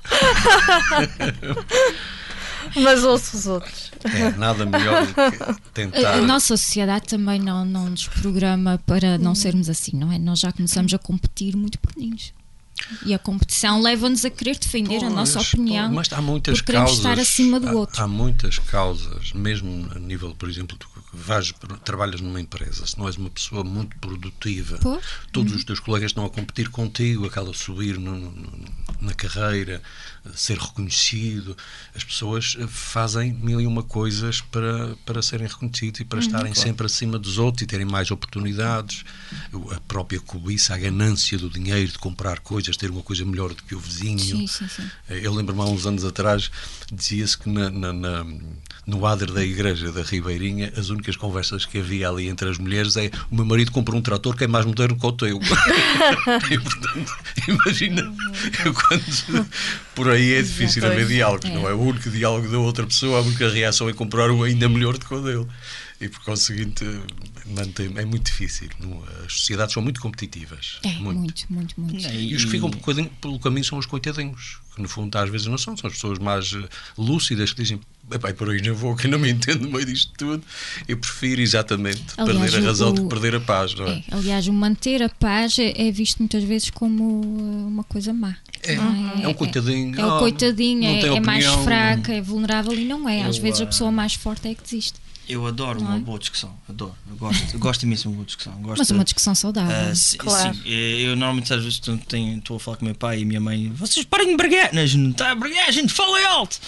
Mas ouço os outros. É nada melhor do que tentar. A nossa sociedade também não nos programa para não sermos assim, não é? Nós já começamos a competir muito pequeninos. E a competição leva-nos a querer defender a nossa opinião, mas há muitas porque queremos causas, estar acima do outro. Há muitas causas, mesmo a nível, por exemplo, tu trabalhas numa empresa, se não és uma pessoa muito produtiva, todos os teus colegas estão a competir contigo, aquela subir na carreira, ser reconhecido. As pessoas fazem mil e uma coisas para serem reconhecidos e para estarem sempre acima dos outros e terem mais oportunidades. A própria cobiça, a ganância do dinheiro, de comprar coisas, ter uma coisa melhor do que o vizinho. Sim. Eu lembro-me há uns anos atrás, dizia-se que no adro da igreja da Ribeirinha, as únicas conversas que havia ali entre as mulheres é: o meu marido comprou um trator que é mais moderno que o teu. E portanto, imagina, por aí é difícil haver diálogo, não é? O único diálogo da outra pessoa, a única reação é comprar um ainda melhor do que o dele. E por conseguinte, é muito difícil. As sociedades são muito competitivas. Muito. E os que ficam pelo caminho são os coitadinhos, que no fundo às vezes não são as pessoas mais lúcidas, que dizem: epá, por aí não vou, que não me entendo no meio disto tudo. Eu prefiro exatamente perder a razão do que perder a paz, não é? Aliás, o manter a paz é visto muitas vezes como uma coisa má. É um coitadinho. É o coitadinho, é mais fraca, é vulnerável, e não é. Às vezes a pessoa mais forte é que desiste. Eu adoro uma boa discussão, adoro. Eu gosto imenso de uma boa discussão. Mas uma discussão saudável. Claro. Sim, eu normalmente às vezes estou a falar com o meu pai e a minha mãe: vocês parem de brigar, não está a brigar, a gente fala alto.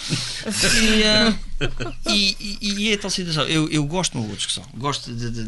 E é tal situação. Eu gosto de uma boa discussão. Gosto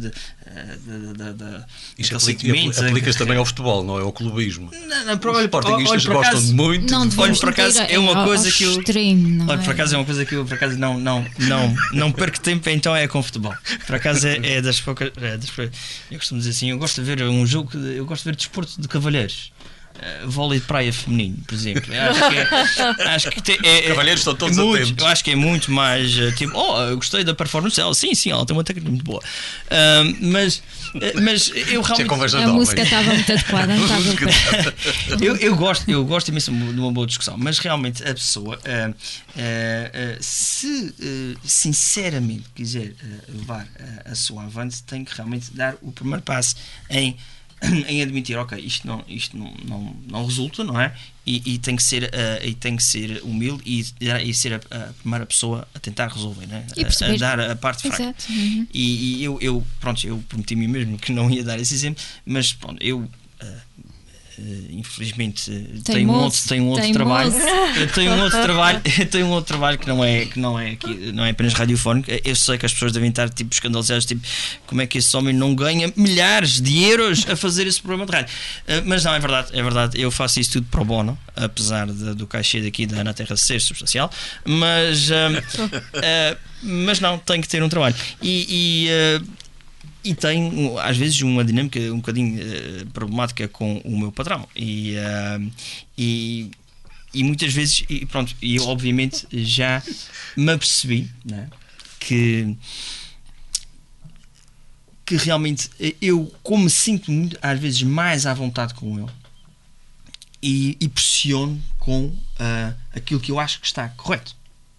Isto aplica-se também ao futebol, não é? Ao clubismo. Os sportinguistas gostam de muito. Olha, por acaso é uma coisa que eu. Olha, por acaso é uma coisa que eu por acaso não perco tempo, então é com futebol. Por acaso é das poucas. Eu costumo dizer assim: eu gosto de ver um jogo, eu gosto de ver desporto de cavalheiros. Vôlei de praia feminino, por exemplo. Acho que cavalheiros estão todos atentos. Eu acho que é muito mais tipo: eu gostei da performance dela. Sim, ela tem uma técnica muito boa. Mas eu realmente. A música estava muito adequada. Eu gosto imenso de uma boa discussão, mas realmente a pessoa, se sinceramente quiser levar a sua avante, tem que realmente dar o primeiro passo em admitir: ok, isto não resulta, não é? E tem que ser humilde e ser a primeira pessoa a tentar resolver, não é? A dar a parte fraca. Exato. E eu prometi a mim mesmo que não ia dar esse exemplo, mas pronto, eu infelizmente tem um outro trabalho. Tem um outro trabalho que não é apenas radiofónico. Eu sei que as pessoas devem estar tipo escandalizadas, tipo, como é que esse homem não ganha milhares de euros a fazer esse programa de rádio? Mas não, é verdade, eu faço isso tudo pro bono, apesar do cachê daqui da Ana Terra ser substancial, mas não, tenho que ter um trabalho e tem às vezes uma dinâmica um bocadinho problemática com o meu patrão e muitas vezes e eu obviamente já me apercebi, né, que realmente eu, como me sinto muito, às vezes mais à vontade com ele e pressiono com aquilo que eu acho que está correto.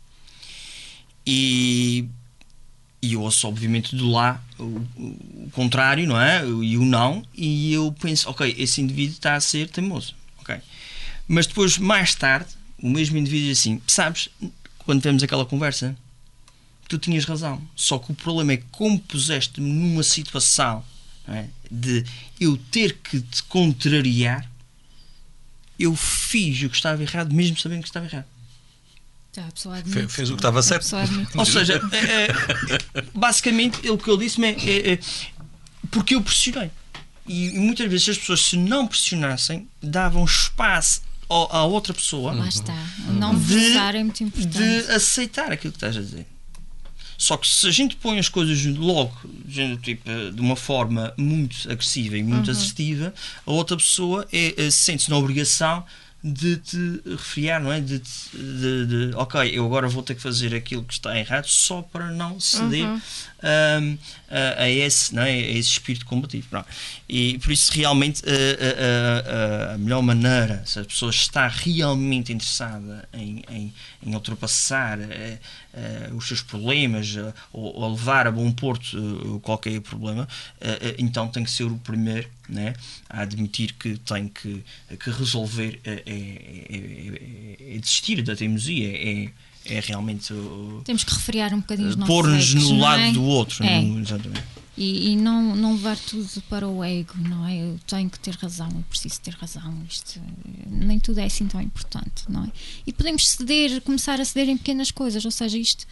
E eu ouço obviamente do lá o contrário, não é? E o não, e eu penso, ok, esse indivíduo está a ser teimoso, ok? Mas depois, mais tarde, o mesmo indivíduo diz assim, sabes, quando tivemos aquela conversa, tu tinhas razão, só que o problema é que como puseste-me numa situação, não é, de eu ter que te contrariar, eu fiz o que estava errado mesmo sabendo que estava errado. Fez o que estava certo. Ou seja, basicamente o que ele disse-me é porque eu pressionei. E muitas vezes as pessoas, se não pressionassem, davam espaço à outra pessoa. Lá está. Não forçar é muito importante. De aceitar aquilo que estás a dizer. Só que se a gente põe as coisas logo tipo, de uma forma muito agressiva e muito assertiva, a outra pessoa sente-se na obrigação de te refriar, não é? De ok, eu agora vou ter que fazer aquilo que está errado só para não ceder a esse, não é? A esse espírito combativo. Pronto. E por isso realmente a melhor maneira, se a pessoa está realmente interessada em ultrapassar os seus problemas ou levar a bom porto qualquer problema, então tem que ser o primeiro, né, a admitir que tem que resolver desistir da teimosia, é realmente temos que refriar um bocadinho os nossos pôr-nos egos, no lado é? do outro, Exatamente. E não levar tudo para o ego, não é? Eu tenho que ter razão, eu preciso ter razão, isto nem tudo é assim tão importante, não é? E podemos começar a ceder em pequenas coisas, ou seja, isto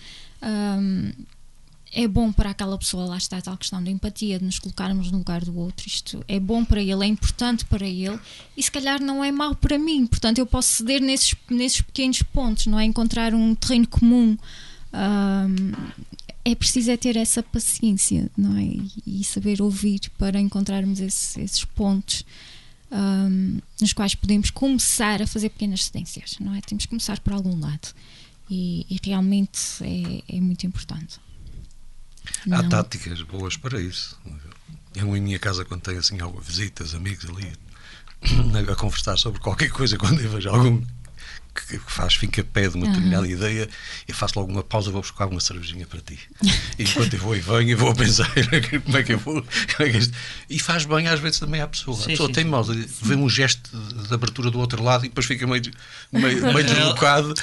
é bom para aquela pessoa, lá está a tal questão da empatia, de nos colocarmos no lugar do outro, isto é bom para ele, é importante para ele e se calhar não é mau para mim, portanto eu posso ceder nesses pequenos pontos, não é? Encontrar um terreno comum, é preciso ter essa paciência, não é? E saber ouvir para encontrarmos esses pontos nos quais podemos começar a fazer pequenas cedências, não é? Temos que começar por algum lado e realmente é muito importante. Há táticas boas para isso. Eu em minha casa, quando tenho assim algumas visitas, amigos ali a conversar sobre qualquer coisa, quando eu vejo algum que fica a pé de uma determinada ideia, eu faço logo uma pausa, vou buscar uma cervejinha para ti. E enquanto eu vou e venho, eu vou a pensar como é que eu vou. E faz bem às vezes também à pessoa. A pessoa tem mal, vê um gesto de abertura do outro lado e depois fica meio deslocado.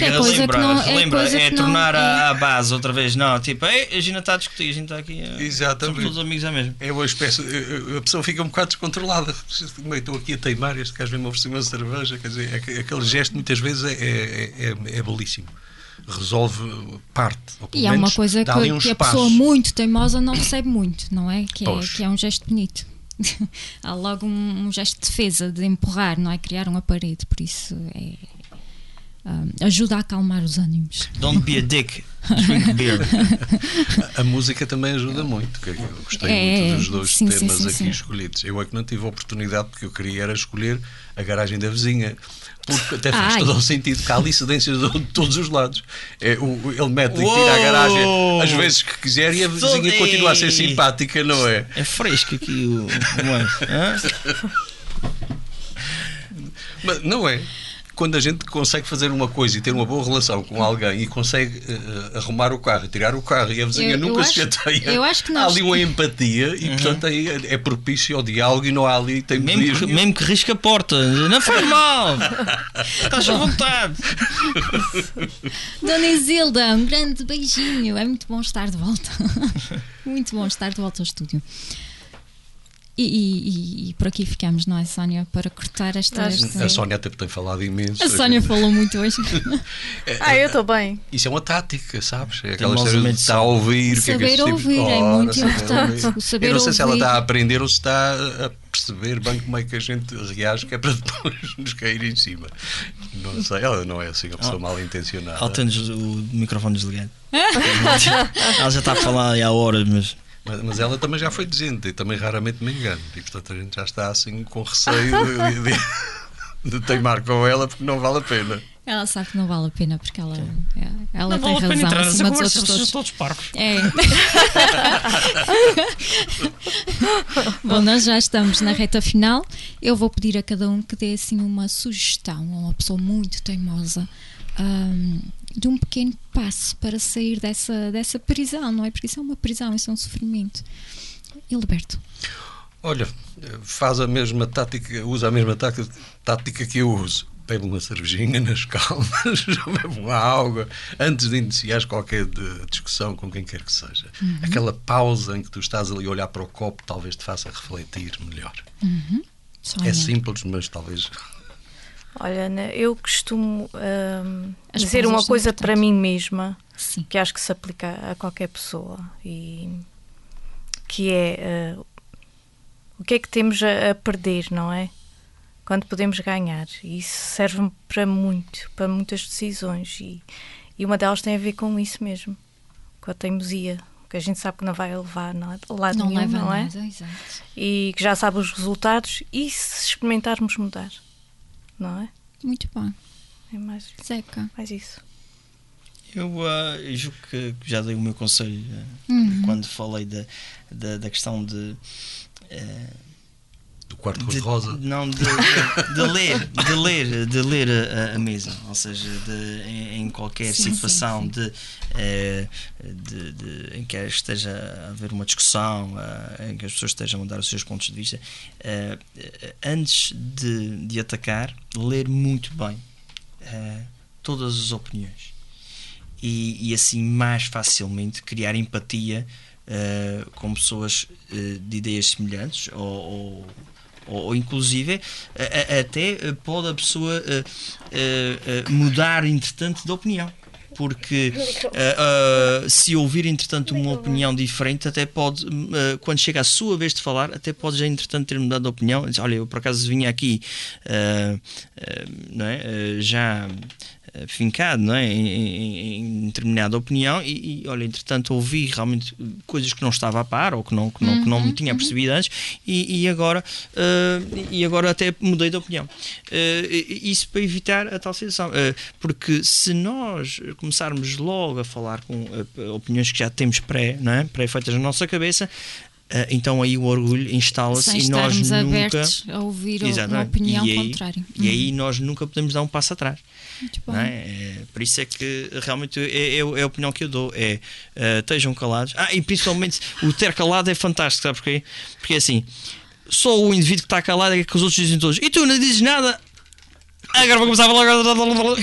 É tornar a base outra vez. Não, tipo, a gente está a discutir, a gente está aqui. Exatamente. Somos todos amigos, é mesmo. É uma espécie. A pessoa fica um bocado descontrolada. Estou aqui a teimar, este gajo vem-me oferecer uma cerveja. Quer dizer, aquele gesto muitas vezes é belíssimo, resolve parte, ou pelo e é menos uma coisa que a pessoa muito teimosa não recebe muito, não é? Que é um gesto bonito. Há logo um gesto de defesa, de empurrar, não é? Criar uma parede, por isso ajuda a acalmar os ânimos. Don't be a dick, drink beer. A música também ajuda muito, que eu gostei muito dos dois temas aqui escolhidos. Eu é que não tive a oportunidade, porque eu queria era escolher A Garagem da Vizinha, porque até faz todo o sentido que há ali cedências de todos os lados. Ele mete e tira a garagem às vezes que quiser e a vizinha continua a ser simpática, não é? É fresco aqui o Mas não é? Quando a gente consegue fazer uma coisa e ter uma boa relação com alguém e consegue arrumar o carro e tirar o carro e a vizinha nunca se chateia, eu acho que há ali uma empatia e portanto é propício ao diálogo e não há ali mesmo que risca a porta, não faz mal, estás à vontade. Dona Isilda, um grande beijinho, é muito bom estar de volta. Muito bom estar de volta ao estúdio. E por aqui ficamos, não é, Sónia? Para cortar esta. A Sónia até tem falado imenso. A Sónia falou muito hoje. Eu estou bem. Isso é uma tática, sabes? É Tem aquela história de estar a ouvir. O que é que Saber este ouvir tipo... é muito saber importante. ouvir. O saber Eu não sei se ela ouvir. está a aprender ou se está a perceber bem como é que a gente reage, que é para depois nos cair em cima. Não sei, ela não é assim uma pessoa mal intencionada. Ela tem o microfone desligado. Ela já está a falar aí há horas, mas. Mas ela também já foi dizendo e também raramente me engano. E portanto a gente já está assim com receio de teimar com ela porque não vale a pena. Ela sabe que não vale a pena porque ela Não tem vale a pena razão entrar nessa acima dos conversa, outros vocês todos. todos parvos. É. Bom, nós já estamos na reta final. Eu vou pedir a cada um que dê assim uma sugestão a uma pessoa muito teimosa, de um pequeno passo para sair dessa prisão, não é? Porque isso é uma prisão, isso é um sofrimento. Hildeberto. Olha, faz a mesma tática, usa a mesma tática que eu uso. Bebe uma cervejinha nas calmas, bebe uma água, antes de iniciar qualquer discussão com quem quer que seja. Aquela pausa em que tu estás ali a olhar para o copo talvez te faça refletir melhor. Sónia. É simples, mas talvez... Olha, Ana, eu costumo As dizer pausas uma são coisa importantes. para mim mesma, Sim. que acho que se aplica a qualquer pessoa, e que é o que é que temos a perder, não é? Quando podemos ganhar. E isso serve para muitas decisões, e uma delas tem a ver com isso mesmo, com a teimosia, que a gente sabe que não vai levar a lado Não nenhum, leva não a é? nada, exato. E que já sabe os resultados, e se experimentarmos mudar, não é? Muito bom. É mais Zeca. isso. Eu julgo que já dei o meu conselho quando falei da questão de. Do quarto cor-de-rosa. Não, de ler a mesa, ou seja, em qualquer Sim, situação sim. em que esteja a haver uma discussão, em que as pessoas estejam a dar os seus pontos de vista, antes de atacar, ler muito bem todas as opiniões e assim mais facilmente criar empatia com pessoas de ideias semelhantes ou inclusive até pode a pessoa mudar entretanto de opinião, porque se ouvir entretanto uma opinião diferente, até pode, quando chega a sua vez de falar, até pode já entretanto ter mudado de opinião. Diz, olha, eu por acaso vinha aqui não é? Já fincado, não é? em determinada opinião e olha, entretanto ouvi realmente coisas que não estava a par ou que não me tinha percebido antes e agora até mudei de opinião. Isso para evitar a tal situação, porque se nós começarmos logo a falar com opiniões que já temos pré-feitas na nossa cabeça, então aí o orgulho instala-se e nós nunca abertos a ouvir uma opinião contrária. E aí nós nunca podemos dar um passo atrás. Muito bom. Não é? Por isso é que realmente é a opinião que eu dou, estejam calados. E principalmente o ter calado é fantástico, sabe porquê? Porque assim, só o indivíduo que está calado é que os outros dizem todos, e tu não dizes nada, agora vou começar a falar.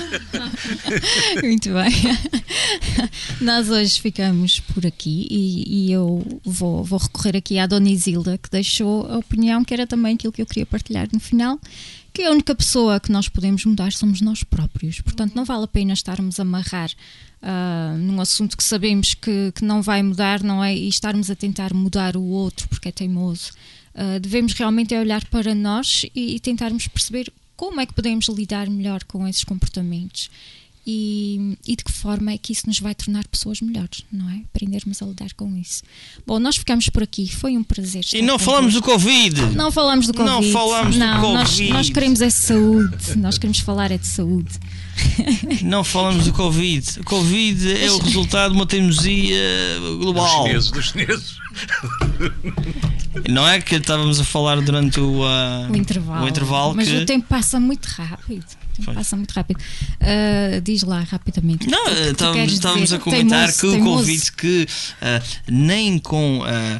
Muito bem. Nós hoje ficamos por aqui e eu vou recorrer aqui à Dona Isilda, que deixou a opinião que era também aquilo que eu queria partilhar no final, que a única pessoa que nós podemos mudar somos nós próprios. Portanto, não vale a pena estarmos a amarrar num assunto que sabemos que não vai mudar, não é? E estarmos a tentar mudar o outro porque é teimoso. Devemos realmente olhar para nós e tentarmos perceber como é que podemos lidar melhor com esses comportamentos e de que forma é que isso nos vai tornar pessoas melhores, não é? Aprendermos a lidar com isso. Bom, nós ficamos por aqui, foi um prazer estar E não falamos do Covid. Não falamos do Covid. Não falamos do Covid. Nós queremos é saúde. Nós queremos falar é de saúde. Não falamos do Covid. O Covid é o resultado de uma teimosia global. Dos chineses. Não é que estávamos a falar durante o intervalo mas que... o tempo passa muito rápido. Diz lá rapidamente. Não, estávamos a comentar que o Covid nem com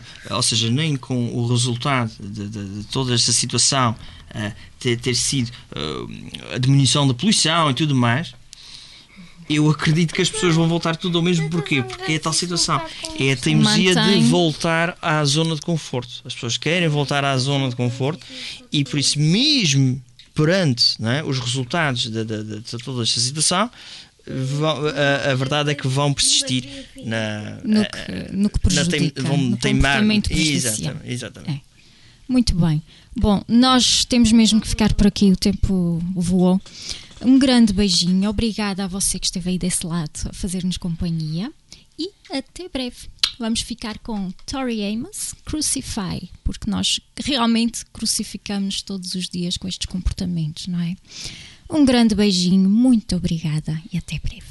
o resultado de toda esta situação ter sido a diminuição da poluição e tudo mais, eu acredito que as pessoas vão voltar tudo ao mesmo. Porquê? Porque é a tal situação, é a teimosia de voltar à zona de conforto. As pessoas querem voltar à zona de conforto e por isso mesmo perante, não é, os resultados de toda esta situação, a verdade é que vão persistir no que prejudica, vão teimar. Exatamente. É. Muito bem. Bom, nós temos mesmo que ficar por aqui, o tempo voou. Um grande beijinho, obrigada a você que esteve aí desse lado a fazer-nos companhia e até breve. Vamos ficar com Tori Amos, Crucify, porque nós realmente crucificamos todos os dias com estes comportamentos, não é? Um grande beijinho, muito obrigada e até breve.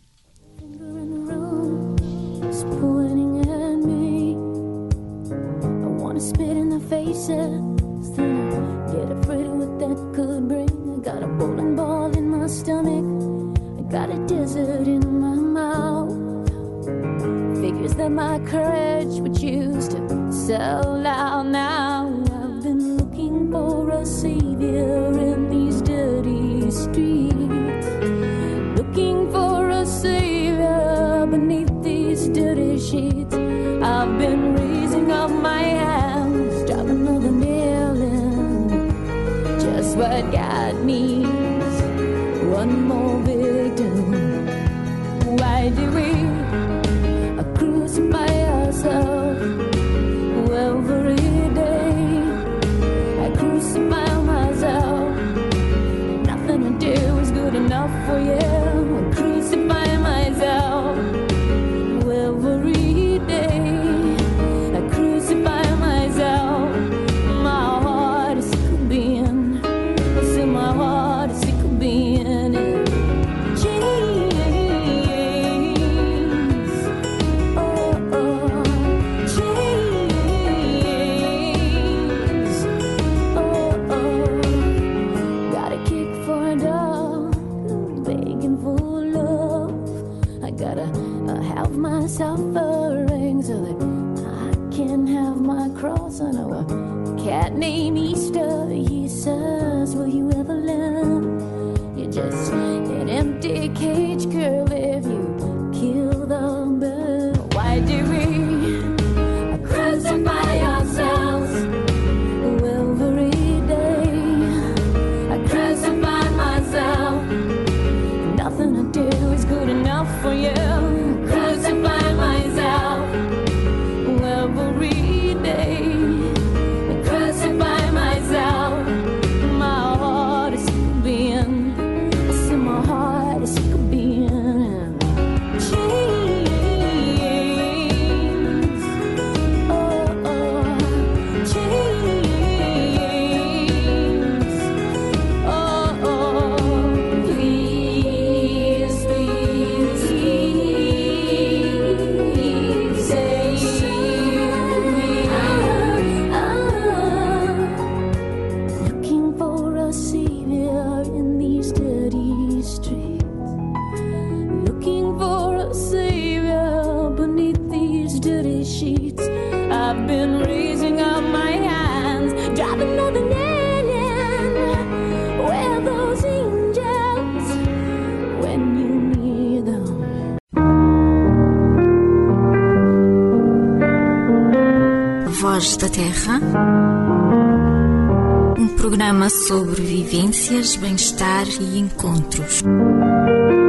Spit in their faces, then I get afraid of what that could bring. I got a bowling ball in my stomach, I got a desert in my mouth. Figures that my courage would use to sell out now. I've been looking for a savior in these dirty streets, looking for a savior beneath these dirty sheets. I've been raising up my hands, drop another nail in. Just what God needs, one more victim. Why do we crucify ourselves every day? I crucify myself. Nothing to do is good enough for you. I crucify myself every day. I crucify myself. My heart is sick of being. I say my heart is sick of being in chains. Oh, oh, chains. Oh, oh. Got a kick for a dog, begging for love. I gotta have my suffering so that I can have my cross. I know a cat named Easter. He says, will you ever learn? You're just an empty cage, girl, if you kill the bird. Why do we crucify ourselves every day? I crucify myself. Nothing to do is good enough for you. Crucify myself every day. I crucify myself. My heart is sick of being. I say my heart is sick of being chains. Oh, oh, chains. Oh, oh, please, please, please save me. Looking for a savior in these dirty streets, looking for a savior beneath these dirty sheets. I've been raising up my hands, driving another nail in. Where are those angels when you need them? Voz da Terra, um programa sobre vivências, bem-estar e encontros.